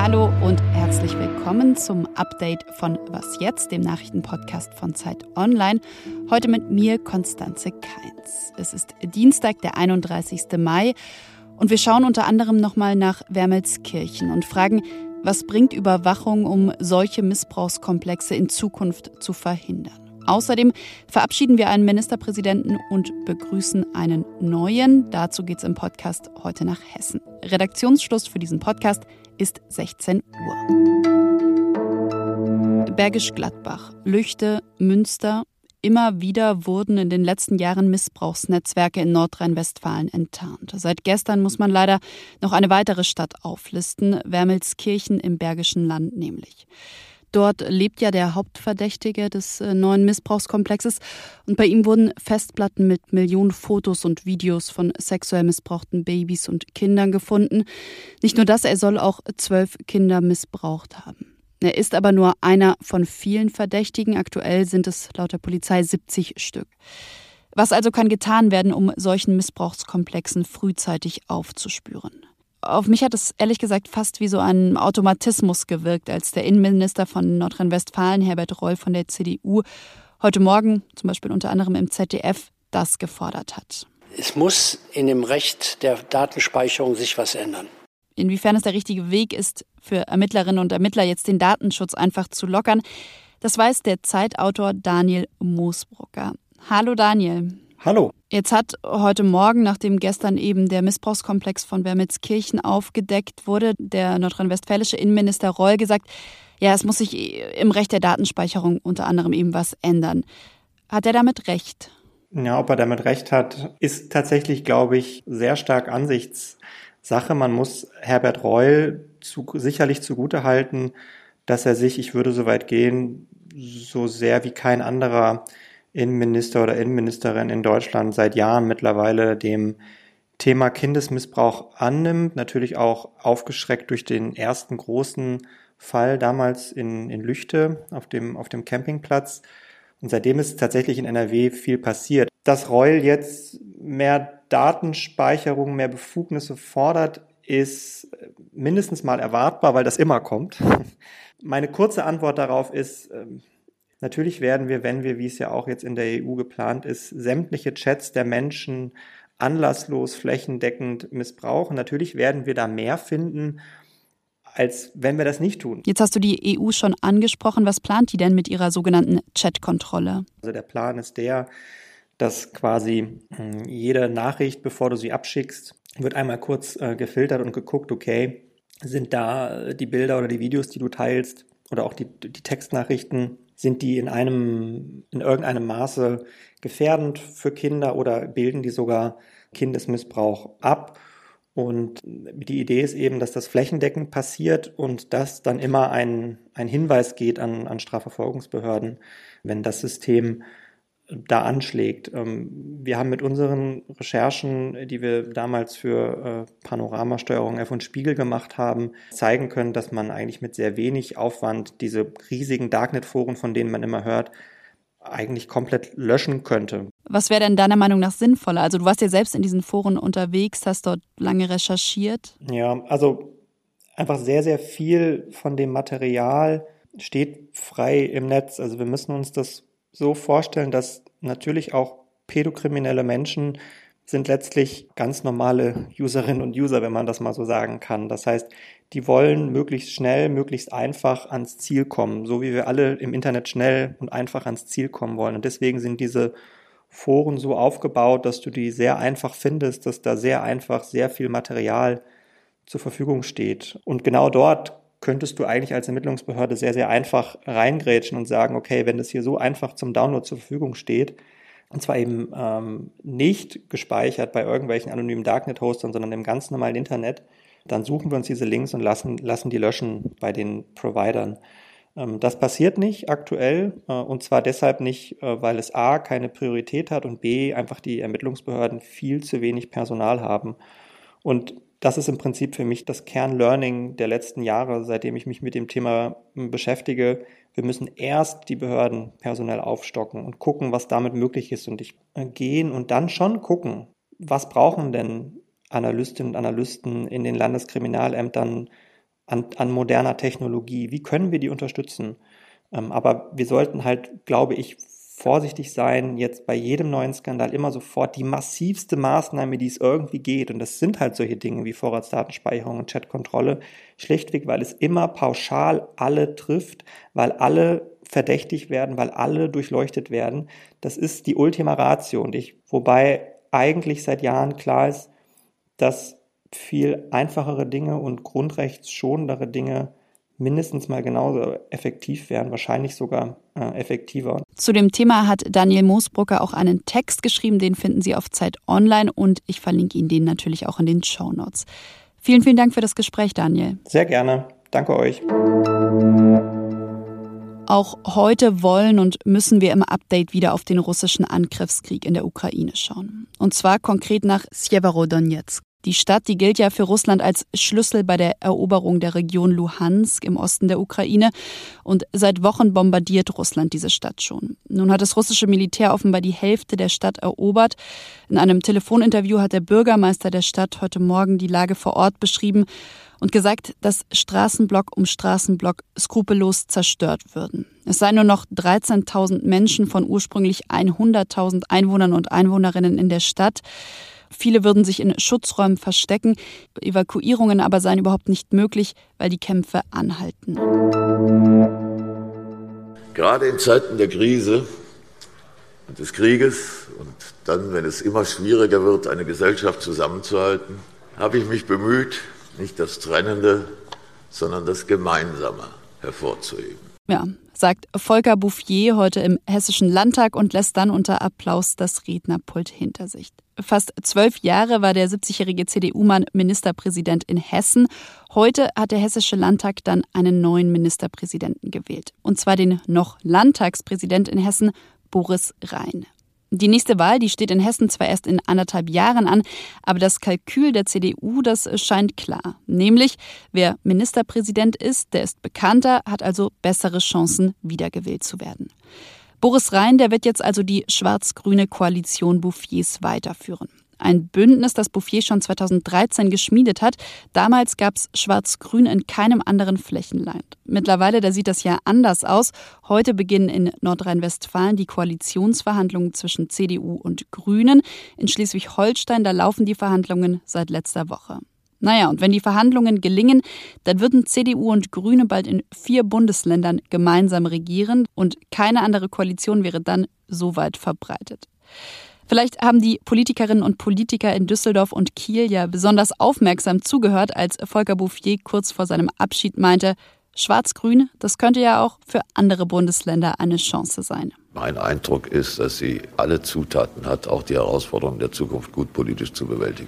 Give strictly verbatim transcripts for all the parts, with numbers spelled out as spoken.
Hallo und herzlich willkommen zum Update von Was jetzt, dem Nachrichtenpodcast von Zeit Online. Heute mit mir, Constanze Keins. Es ist Dienstag, der einunddreißigsten Mai und wir schauen unter anderem nochmal nach Wermelskirchen und fragen, was bringt Überwachung, um solche Missbrauchskomplexe in Zukunft zu verhindern? Außerdem verabschieden wir einen Ministerpräsidenten und begrüßen einen neuen. Dazu geht's im Podcast heute nach Hessen. Redaktionsschluss für diesen Podcast ist sechzehn Uhr. Bergisch Gladbach, Lüchte, Münster. Immer wieder wurden in den letzten Jahren Missbrauchsnetzwerke in Nordrhein-Westfalen enttarnt. Seit gestern muss man leider noch eine weitere Stadt auflisten, Wermelskirchen im Bergischen Land nämlich. Dort lebt ja der Hauptverdächtige des neuen Missbrauchskomplexes und bei ihm wurden Festplatten mit Millionen Fotos und Videos von sexuell missbrauchten Babys und Kindern gefunden. Nicht nur das, er soll auch zwölf Kinder missbraucht haben. Er ist aber nur einer von vielen Verdächtigen. Aktuell sind es laut der Polizei siebzig Stück. Was also kann getan werden, um solchen Missbrauchskomplexen frühzeitig aufzuspüren? Auf mich hat es ehrlich gesagt fast wie so ein Automatismus gewirkt, als der Innenminister von Nordrhein-Westfalen, Herbert Reul von der C D U, heute Morgen, zum Beispiel unter anderem im Z D F, das gefordert hat. Es muss in dem Recht der Datenspeicherung sich was ändern. Inwiefern es der richtige Weg ist, für Ermittlerinnen und Ermittler jetzt den Datenschutz einfach zu lockern, das weiß der Zeitautor Daniel Moosbrucker. Hallo Daniel. Hallo. Jetzt hat heute Morgen, nachdem gestern eben der Missbrauchskomplex von Wermelskirchen aufgedeckt wurde, der nordrhein-westfälische Innenminister Reul gesagt, ja, es muss sich im Recht der Datenspeicherung unter anderem eben was ändern. Hat er damit recht? Ja, ob er damit recht hat, ist tatsächlich, glaube ich, sehr stark Ansichtssache. Man muss Herbert Reul zu, sicherlich zugutehalten, dass er sich, ich würde so weit gehen, so sehr wie kein anderer Innenminister oder Innenministerin in Deutschland seit Jahren mittlerweile dem Thema Kindesmissbrauch annimmt. Natürlich auch aufgeschreckt durch den ersten großen Fall damals in, in Lüchte auf dem, auf dem Campingplatz. Und seitdem ist tatsächlich in N R W viel passiert. Dass Reul jetzt mehr Datenspeicherung, mehr Befugnisse fordert, ist mindestens mal erwartbar, weil das immer kommt. Meine kurze Antwort darauf ist, natürlich werden wir, wenn wir, wie es ja auch jetzt in der E U geplant ist, sämtliche Chats der Menschen anlasslos, flächendeckend missbrauchen. Natürlich werden wir da mehr finden, als wenn wir das nicht tun. Jetzt hast du die E U schon angesprochen. Was plant die denn mit ihrer sogenannten Chatkontrolle? Also der Plan ist der, dass quasi jede Nachricht, bevor du sie abschickst, wird einmal kurz äh, gefiltert und geguckt, okay, sind da die Bilder oder die Videos, die du teilst, oder auch die, die Textnachrichten, sind die in einem, in irgendeinem Maße gefährdend für Kinder oder bilden die sogar Kindesmissbrauch ab? Und die Idee ist eben, dass das flächendeckend passiert und dass dann immer ein, ein Hinweis geht an, an Strafverfolgungsbehörden, wenn das System da anschlägt. Wir haben mit unseren Recherchen, die wir damals für Panoramasteuerung F und Spiegel gemacht haben, zeigen können, dass man eigentlich mit sehr wenig Aufwand diese riesigen Darknet-Foren, von denen man immer hört, eigentlich komplett löschen könnte. Was wäre denn deiner Meinung nach sinnvoller? Also du warst ja selbst in diesen Foren unterwegs, hast dort lange recherchiert. Ja, also einfach sehr, sehr viel von dem Material steht frei im Netz. Also wir müssen uns das so vorstellen, dass natürlich auch pädokriminelle Menschen sind letztlich ganz normale Userinnen und User, wenn man das mal so sagen kann. Das heißt, die wollen möglichst schnell, möglichst einfach ans Ziel kommen, so wie wir alle im Internet schnell und einfach ans Ziel kommen wollen. Und deswegen sind diese Foren so aufgebaut, dass du die sehr einfach findest, dass da sehr einfach sehr viel Material zur Verfügung steht. Und genau dort könntest du eigentlich als Ermittlungsbehörde sehr, sehr einfach reingrätschen und sagen, okay, wenn das hier so einfach zum Download zur Verfügung steht, und zwar eben ähm, nicht gespeichert bei irgendwelchen anonymen Darknet-Hostern, sondern im ganz normalen Internet, dann suchen wir uns diese Links und lassen, lassen die löschen bei den Providern. Ähm, das passiert nicht aktuell, äh, und zwar deshalb nicht, äh, weil es A, keine Priorität hat und B, einfach die Ermittlungsbehörden viel zu wenig Personal haben. Und das ist im Prinzip für mich das Kernlearning der letzten Jahre, seitdem ich mich mit dem Thema beschäftige. Wir müssen erst die Behörden personell aufstocken und gucken, was damit möglich ist. Und ich äh, gehen und dann schon gucken, was brauchen denn Analystinnen und Analysten in den Landeskriminalämtern, an, an moderner Technologie? Wie können wir die unterstützen? Ähm, aber wir sollten halt, glaube ich, vorsichtig sein, jetzt bei jedem neuen Skandal immer sofort die massivste Maßnahme, die es irgendwie geht, und das sind halt solche Dinge wie Vorratsdatenspeicherung und Chatkontrolle, schlichtweg, weil es immer pauschal alle trifft, weil alle verdächtig werden, weil alle durchleuchtet werden. Das ist die Ultima Ratio, und ich, wobei eigentlich seit Jahren klar ist, dass viel einfachere Dinge und grundrechtsschonendere Dinge mindestens mal genauso effektiv wären, wahrscheinlich sogar äh, effektiver. Zu dem Thema hat Daniel Moosbrucker auch einen Text geschrieben, den finden Sie auf Zeit Online, und ich verlinke Ihnen den natürlich auch in den Shownotes. Vielen, vielen Dank für das Gespräch, Daniel. Sehr gerne. Danke euch. Auch heute wollen und müssen wir im Update wieder auf den russischen Angriffskrieg in der Ukraine schauen. Und zwar konkret nach Sjewerodonezk. Die Stadt, die gilt ja für Russland als Schlüssel bei der Eroberung der Region Luhansk im Osten der Ukraine. Und seit Wochen bombardiert Russland diese Stadt schon. Nun hat das russische Militär offenbar die Hälfte der Stadt erobert. In einem Telefoninterview hat der Bürgermeister der Stadt heute Morgen die Lage vor Ort beschrieben und gesagt, dass Straßenblock um Straßenblock skrupellos zerstört würden. Es seien nur noch dreizehntausend Menschen von ursprünglich hunderttausend Einwohnern und Einwohnerinnen in der Stadt. Viele würden sich in Schutzräumen verstecken, Evakuierungen aber seien überhaupt nicht möglich, weil die Kämpfe anhalten. Gerade in Zeiten der Krise und des Krieges und dann, wenn es immer schwieriger wird, eine Gesellschaft zusammenzuhalten, habe ich mich bemüht, nicht das Trennende, sondern das Gemeinsame hervorzuheben. Ja, sagt Volker Bouffier heute im Hessischen Landtag und lässt dann unter Applaus das Rednerpult hinter sich. Fast zwölf Jahre war der siebzigjährige C D U-Mann Ministerpräsident in Hessen. Heute hat der Hessische Landtag dann einen neuen Ministerpräsidenten gewählt. Und zwar den noch Landtagspräsident in Hessen, Boris Rhein. Die nächste Wahl, die steht in Hessen zwar erst in anderthalb Jahren an, aber das Kalkül der C D U, das scheint klar. Nämlich, wer Ministerpräsident ist, der ist bekannter, hat also bessere Chancen, wiedergewählt zu werden. Boris Rhein, der wird jetzt also die schwarz-grüne Koalition Bouffiers weiterführen. Ein Bündnis, das Bouffier schon zweitausenddreizehn geschmiedet hat. Damals gab es Schwarz-Grün in keinem anderen Flächenland. Mittlerweile, da sieht das ja anders aus. Heute beginnen in Nordrhein-Westfalen die Koalitionsverhandlungen zwischen C D U und Grünen. In Schleswig-Holstein, da laufen die Verhandlungen seit letzter Woche. Naja, und wenn die Verhandlungen gelingen, dann würden C D U und Grüne bald in vier Bundesländern gemeinsam regieren und keine andere Koalition wäre dann so weit verbreitet. Vielleicht haben die Politikerinnen und Politiker in Düsseldorf und Kiel ja besonders aufmerksam zugehört, als Volker Bouffier kurz vor seinem Abschied meinte, Schwarz-Grün, das könnte ja auch für andere Bundesländer eine Chance sein. Mein Eindruck ist, dass sie alle Zutaten hat, auch die Herausforderungen der Zukunft gut politisch zu bewältigen.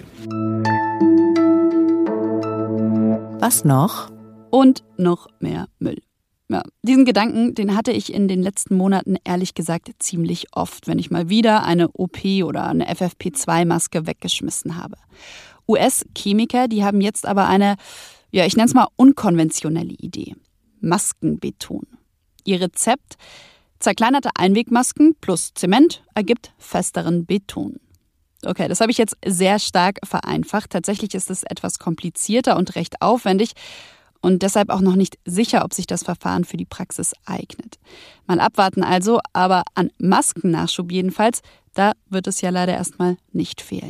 Was noch? Und noch mehr Müll. Ja, diesen Gedanken, den hatte ich in den letzten Monaten ehrlich gesagt ziemlich oft, wenn ich mal wieder eine O P oder eine F F P zwei Maske weggeschmissen habe. U S-Chemiker, die haben jetzt aber eine, ja, ich nenne es mal unkonventionelle Idee. Maskenbeton. Ihr Rezept: zerkleinerte Einwegmasken plus Zement ergibt festeren Beton. Okay, das habe ich jetzt sehr stark vereinfacht. Tatsächlich ist es etwas komplizierter und recht aufwendig. Und deshalb auch noch nicht sicher, ob sich das Verfahren für die Praxis eignet. Mal abwarten also, aber an Maskennachschub jedenfalls, da wird es ja leider erstmal nicht fehlen.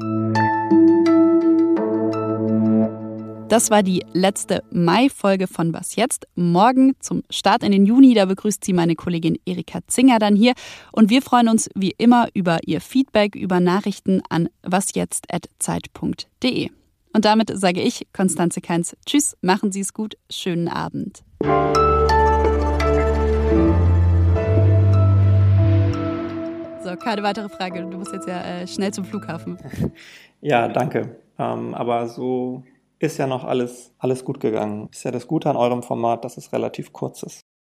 Das war die letzte Mai-Folge von Was jetzt? Morgen zum Start in den Juni, da begrüßt Sie meine Kollegin Erika Zinger dann hier. Und wir freuen uns wie immer über Ihr Feedback, über Nachrichten an wasjetzt at zeit punkt de. Und damit sage ich, Konstanze Keins, tschüss, machen Sie es gut, schönen Abend. So, keine weitere Frage, du musst jetzt ja äh, schnell zum Flughafen. Ja, danke. Ähm, aber so ist ja noch alles, alles gut gegangen. Ist ja das Gute an eurem Format, dass es relativ kurz ist.